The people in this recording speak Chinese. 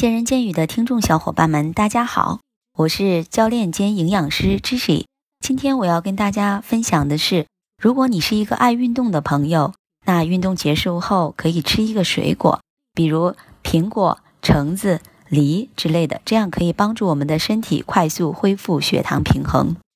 见人见语的听众小伙伴们，大家好，我是教练兼营养师Gigi。今天我要跟大家分享的是，如果你是一个爱运动的朋友，那运动结束后可以吃一个水果，比如苹果、橙子、梨之类的，这样可以帮助我们的身体快速恢复血糖平衡。